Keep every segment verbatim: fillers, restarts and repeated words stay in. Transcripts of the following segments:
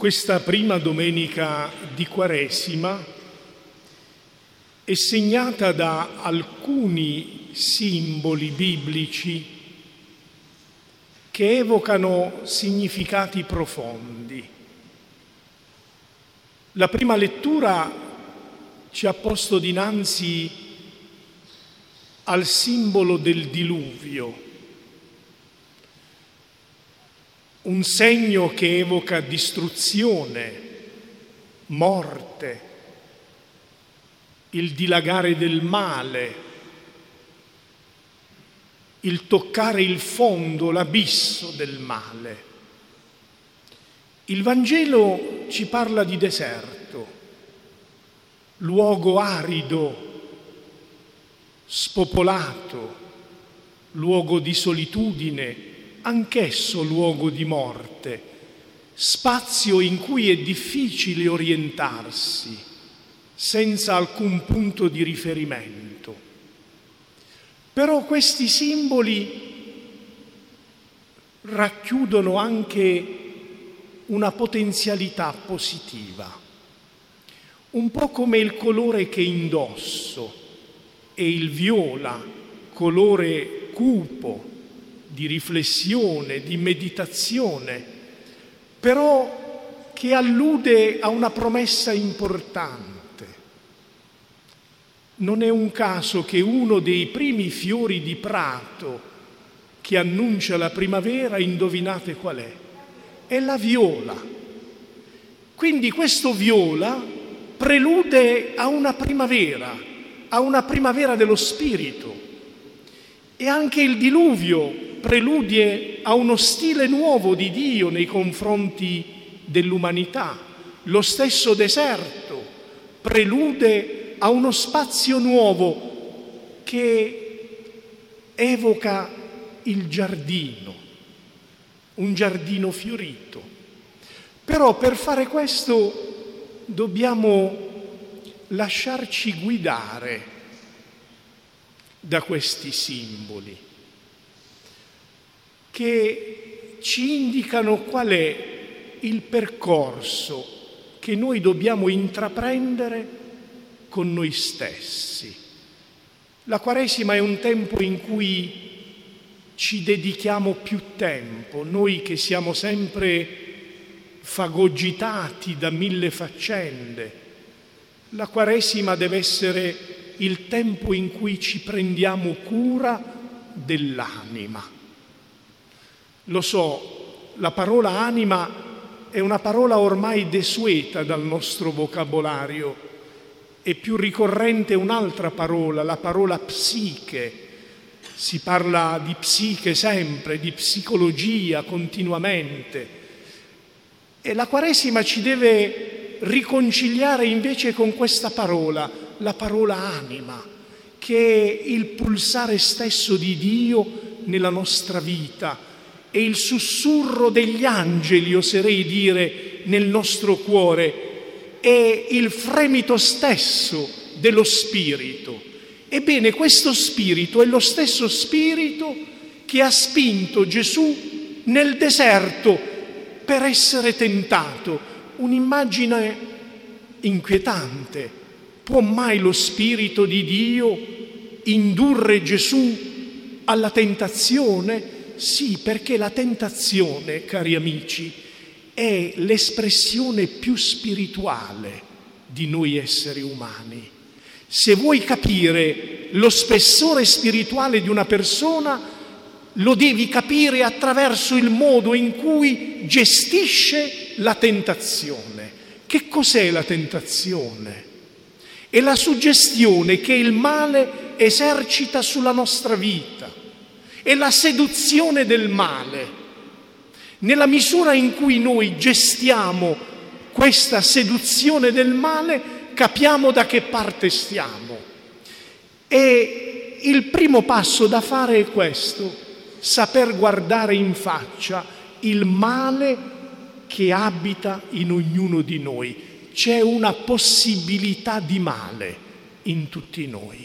Questa prima domenica di Quaresima è segnata da alcuni simboli biblici che evocano significati profondi. La prima lettura ci ha posto dinanzi al simbolo del diluvio, un segno che evoca distruzione, morte, il dilagare del male, il toccare il fondo, l'abisso del male. Il Vangelo ci parla di deserto, luogo arido, spopolato, luogo di solitudine, anch'esso luogo di morte, spazio in cui è difficile orientarsi, senza alcun punto di riferimento. Però questi simboli racchiudono anche una potenzialità positiva, un po' come il colore che indosso, e il viola, colore cupo, di riflessione, di meditazione, però che allude a una promessa importante. Non è un caso che uno dei primi fiori di prato che annuncia la primavera, indovinate qual è? È la viola. Quindi questo viola prelude a una primavera, a una primavera dello spirito. E anche il diluvio preludie a uno stile nuovo di Dio nei confronti dell'umanità. Lo stesso deserto prelude a uno spazio nuovo che evoca il giardino, un giardino fiorito. Però per fare questo dobbiamo lasciarci guidare da questi simboli, che ci indicano qual è il percorso che noi dobbiamo intraprendere con noi stessi. La Quaresima è un tempo in cui ci dedichiamo più tempo, noi che siamo sempre fagocitati da mille faccende. La Quaresima deve essere il tempo in cui ci prendiamo cura dell'anima. Lo so, la parola anima è una parola ormai desueta dal nostro vocabolario. È più ricorrente un'altra parola, la parola psiche. Si parla di psiche sempre, di psicologia continuamente. E la Quaresima ci deve riconciliare invece con questa parola, la parola anima, che è il pulsare stesso di Dio nella nostra vita. È il sussurro degli angeli, oserei dire, nel nostro cuore, è il fremito stesso dello Spirito. Ebbene, questo Spirito è lo stesso Spirito che ha spinto Gesù nel deserto per essere tentato. Un'immagine inquietante. Può mai lo Spirito di Dio indurre Gesù alla tentazione? Sì, perché la tentazione, cari amici, è l'espressione più spirituale di noi esseri umani. Se vuoi capire lo spessore spirituale di una persona, lo devi capire attraverso il modo in cui gestisce la tentazione. Che cos'è la tentazione? È la suggestione che il male esercita sulla nostra vita. È la seduzione del male. Nella misura in cui noi gestiamo questa seduzione del male, capiamo da che parte stiamo. E il primo passo da fare è questo: saper guardare in faccia il male che abita in ognuno di noi. C'è una possibilità di male in tutti noi.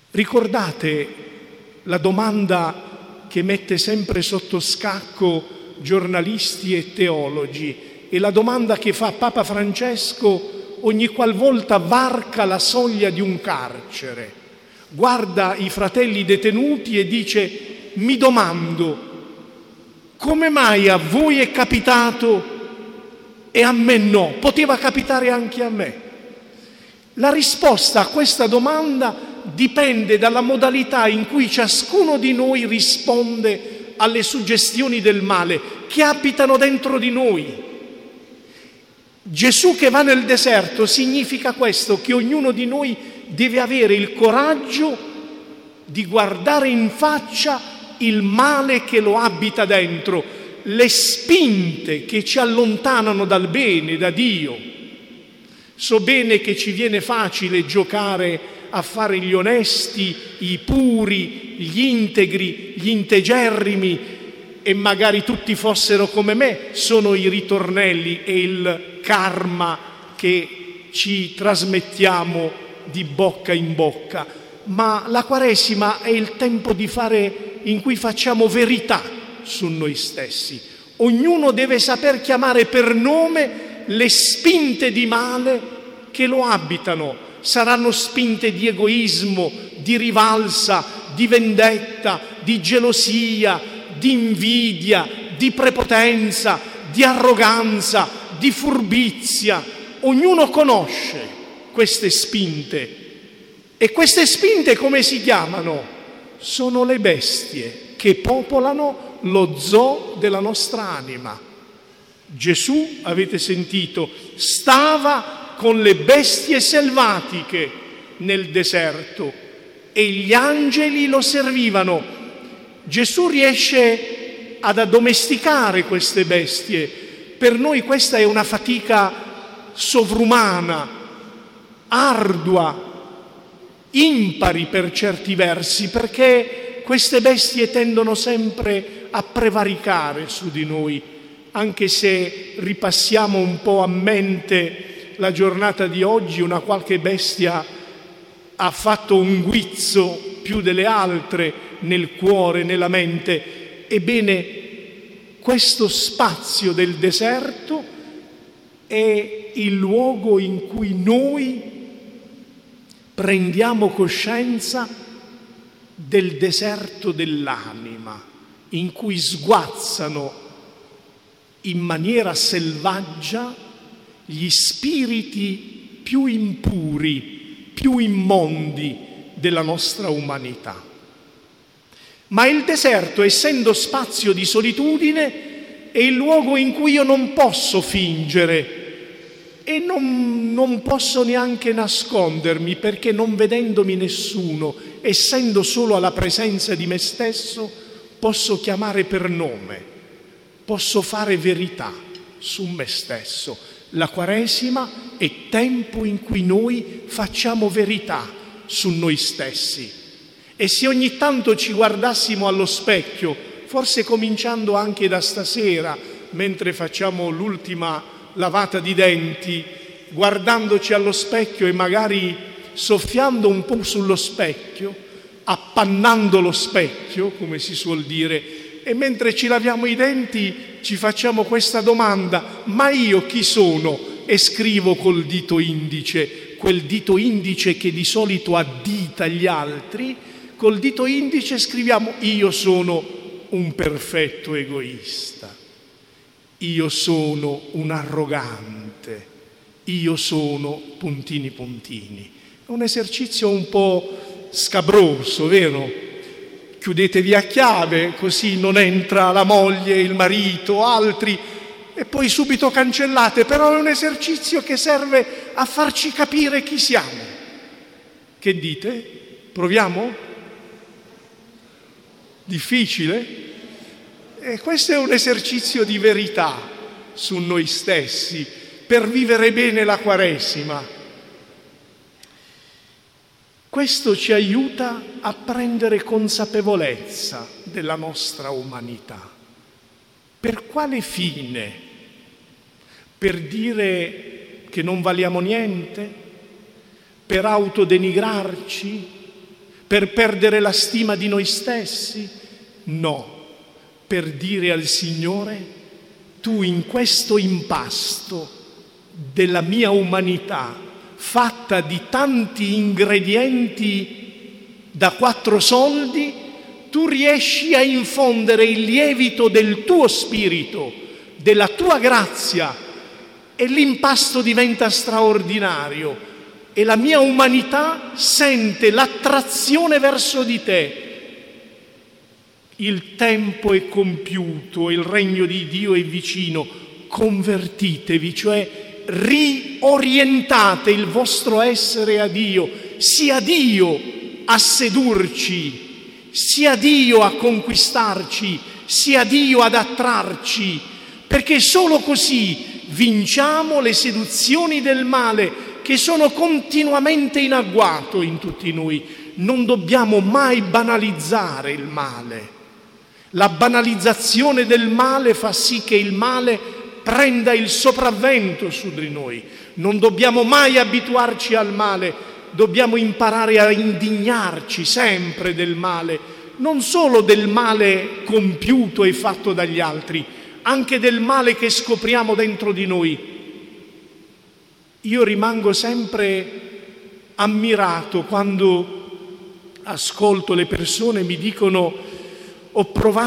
Ricordate la domanda che mette sempre sotto scacco giornalisti e teologi, e la domanda che fa Papa Francesco ogni qualvolta varca la soglia di un carcere, guarda i fratelli detenuti e dice: mi domando, come mai a voi è capitato e a me no? Poteva capitare anche a me. La risposta a questa domanda dipende dalla modalità in cui ciascuno di noi risponde alle suggestioni del male che abitano dentro di noi. Gesù che va nel deserto significa questo, che ognuno di noi deve avere il coraggio di guardare in faccia il male che lo abita dentro, le spinte che ci allontanano dal bene, da Dio. So bene che ci viene facile giocare a fare gli onesti, i puri, gli integri, gli integerrimi, e magari tutti fossero come me. Sono i ritornelli e il karma che ci trasmettiamo di bocca in bocca. Ma la Quaresima è il tempo di fare, in cui facciamo verità su noi stessi. Ognuno deve saper chiamare per nome le spinte di male che lo abitano. Saranno spinte di egoismo, di rivalsa, di vendetta, di gelosia, di invidia, di prepotenza, di arroganza, di furbizia. Ognuno conosce queste spinte. E queste spinte come si chiamano? Sono le bestie che popolano lo zoo della nostra anima. Gesù, avete sentito, stava con le bestie selvatiche nel deserto e gli angeli lo servivano. Gesù riesce ad addomesticare queste bestie. Per noi questa è una fatica sovrumana, ardua, impari per certi versi, perché queste bestie tendono sempre a prevaricare su di noi. Anche se ripassiamo un po' a mente la giornata di oggi, una qualche bestia ha fatto un guizzo più delle altre nel cuore, nella mente. Ebbene, questo spazio del deserto è il luogo in cui noi prendiamo coscienza del deserto dell'anima, in cui sguazzano in maniera selvaggia gli spiriti più impuri, più immondi della nostra umanità. Ma il deserto, essendo spazio di solitudine, è il luogo in cui io non posso fingere e non, non posso neanche nascondermi, perché non vedendomi nessuno, essendo solo alla presenza di me stesso, posso chiamare per nome, posso fare verità su me stesso. La Quaresima è tempo in cui noi facciamo verità su noi stessi. E se ogni tanto ci guardassimo allo specchio, forse cominciando anche da stasera, mentre facciamo l'ultima lavata di denti, guardandoci allo specchio e magari soffiando un po' sullo specchio, appannando lo specchio, come si suol dire, e mentre ci laviamo i denti ci facciamo questa domanda: ma io chi sono? E scrivo col dito indice, quel dito indice che di solito addita gli altri, col dito indice scriviamo: io sono un perfetto egoista, io sono un arrogante, io sono puntini puntini. È un esercizio un po' scabroso, vero? Chiudetevi a chiave, così non entra la moglie, il marito, altri, e poi subito cancellate. Però è un esercizio che serve a farci capire chi siamo. Che dite? Proviamo? Difficile? E questo è un esercizio di verità su noi stessi, per vivere bene la Quaresima. Questo ci aiuta a prendere consapevolezza della nostra umanità. Per quale fine? Per dire che non valiamo niente? Per autodenigrarci? Per perdere la stima di noi stessi? No. per dire al Signore: tu in questo impasto della mia umanità, fatta di tanti ingredienti da quattro soldi, tu riesci a infondere il lievito del tuo spirito, della tua grazia, e l'impasto diventa straordinario e la mia umanità sente l'attrazione verso di te. Il tempo è compiuto, il regno di Dio è vicino, convertitevi, cioè riorientate il vostro essere a Dio, sia Dio a sedurci, sia Dio a conquistarci, sia Dio ad attrarci, perché solo così vinciamo le seduzioni del male che sono continuamente in agguato in tutti noi. Non dobbiamo mai banalizzare il male. La banalizzazione del male fa sì che il male prenda il sopravvento su di noi. Non dobbiamo mai abituarci al male, dobbiamo imparare a indignarci sempre del male, non solo del male compiuto e fatto dagli altri, anche del male che scopriamo dentro di noi. Io rimango sempre ammirato quando ascolto le persone mi dicono: ho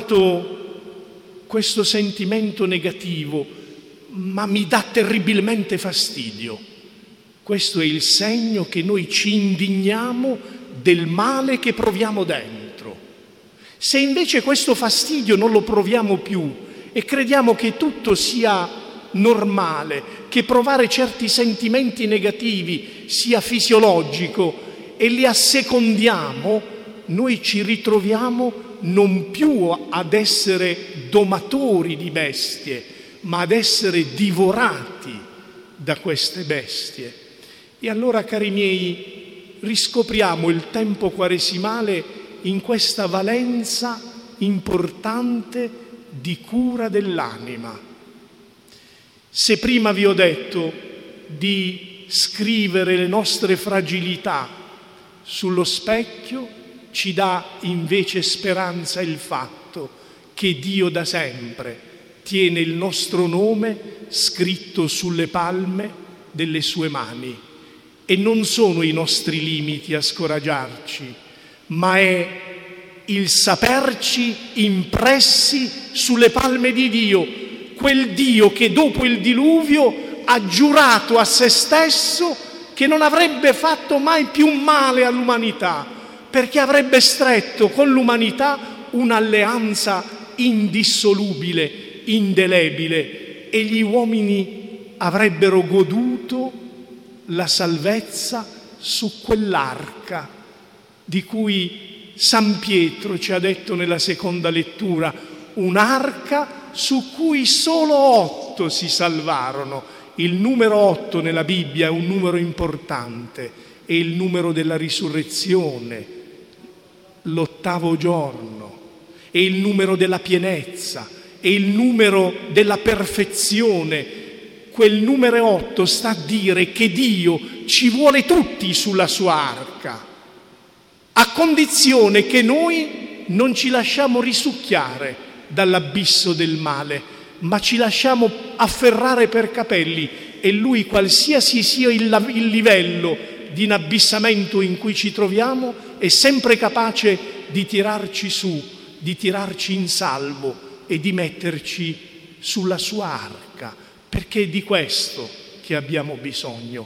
provato questo sentimento negativo, ma mi dà terribilmente fastidio. Questo è il segno che noi ci indigniamo del male che proviamo dentro. Se invece questo fastidio non lo proviamo più e crediamo che tutto sia normale, che provare certi sentimenti negativi sia fisiologico e li assecondiamo, noi ci ritroviamo non più ad essere domatori di bestie, ma ad essere divorati da queste bestie. E allora, cari miei, riscopriamo il tempo quaresimale in questa valenza importante di cura dell'anima. Se prima vi ho detto di scrivere le nostre fragilità sullo specchio, ci dà invece speranza il fatto che Dio da sempre tiene il nostro nome scritto sulle palme delle sue mani. E non sono i nostri limiti a scoraggiarci, ma è il saperci impressi sulle palme di Dio, quel Dio che dopo il diluvio ha giurato a se stesso che non avrebbe fatto mai più male all'umanità, perché avrebbe stretto con l'umanità un'alleanza indissolubile, indelebile, e gli uomini avrebbero goduto la salvezza su quell'arca di cui San Pietro ci ha detto nella seconda lettura, un'arca su cui solo otto si salvarono. Il numero otto nella Bibbia è un numero importante, è il numero della risurrezione, l'ottavo giorno, è il numero della pienezza, è il numero della perfezione. Quel numero otto sta a dire che Dio ci vuole tutti sulla sua arca, a condizione che noi non ci lasciamo risucchiare dall'abisso del male, ma ci lasciamo afferrare per capelli, e Lui, qualsiasi sia il, il livello di inabissamento in cui ci troviamo, è sempre capace di tirarci su, di tirarci in salvo e di metterci sulla sua arca, perché è di questo che abbiamo bisogno,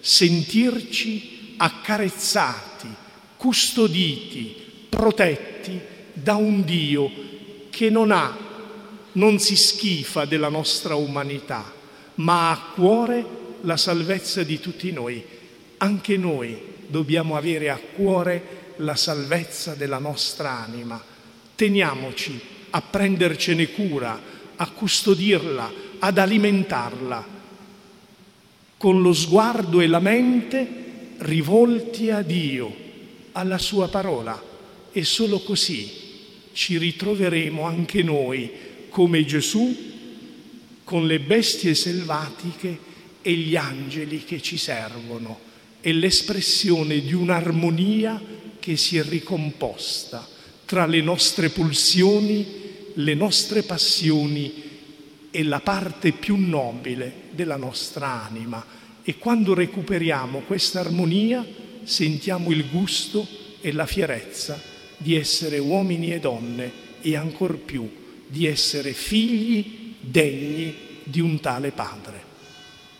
sentirci accarezzati, custoditi, protetti da un Dio che non ha, non si schifa della nostra umanità, ma ha a cuore la salvezza di tutti noi. Anche noi dobbiamo avere a cuore la salvezza della nostra anima. Teniamoci a prendercene cura, a custodirla, ad alimentarla, con lo sguardo e la mente rivolti a Dio, alla sua parola, e solo così ci ritroveremo anche noi come Gesù, con le bestie selvatiche e gli angeli che ci servono. È l'espressione di un'armonia che si è ricomposta tra le nostre pulsioni le nostre passioni e la parte più nobile della nostra anima. E quando recuperiamo questa armonia sentiamo il gusto e la fierezza di essere uomini e donne e ancor più di essere figli degni di un tale Padre.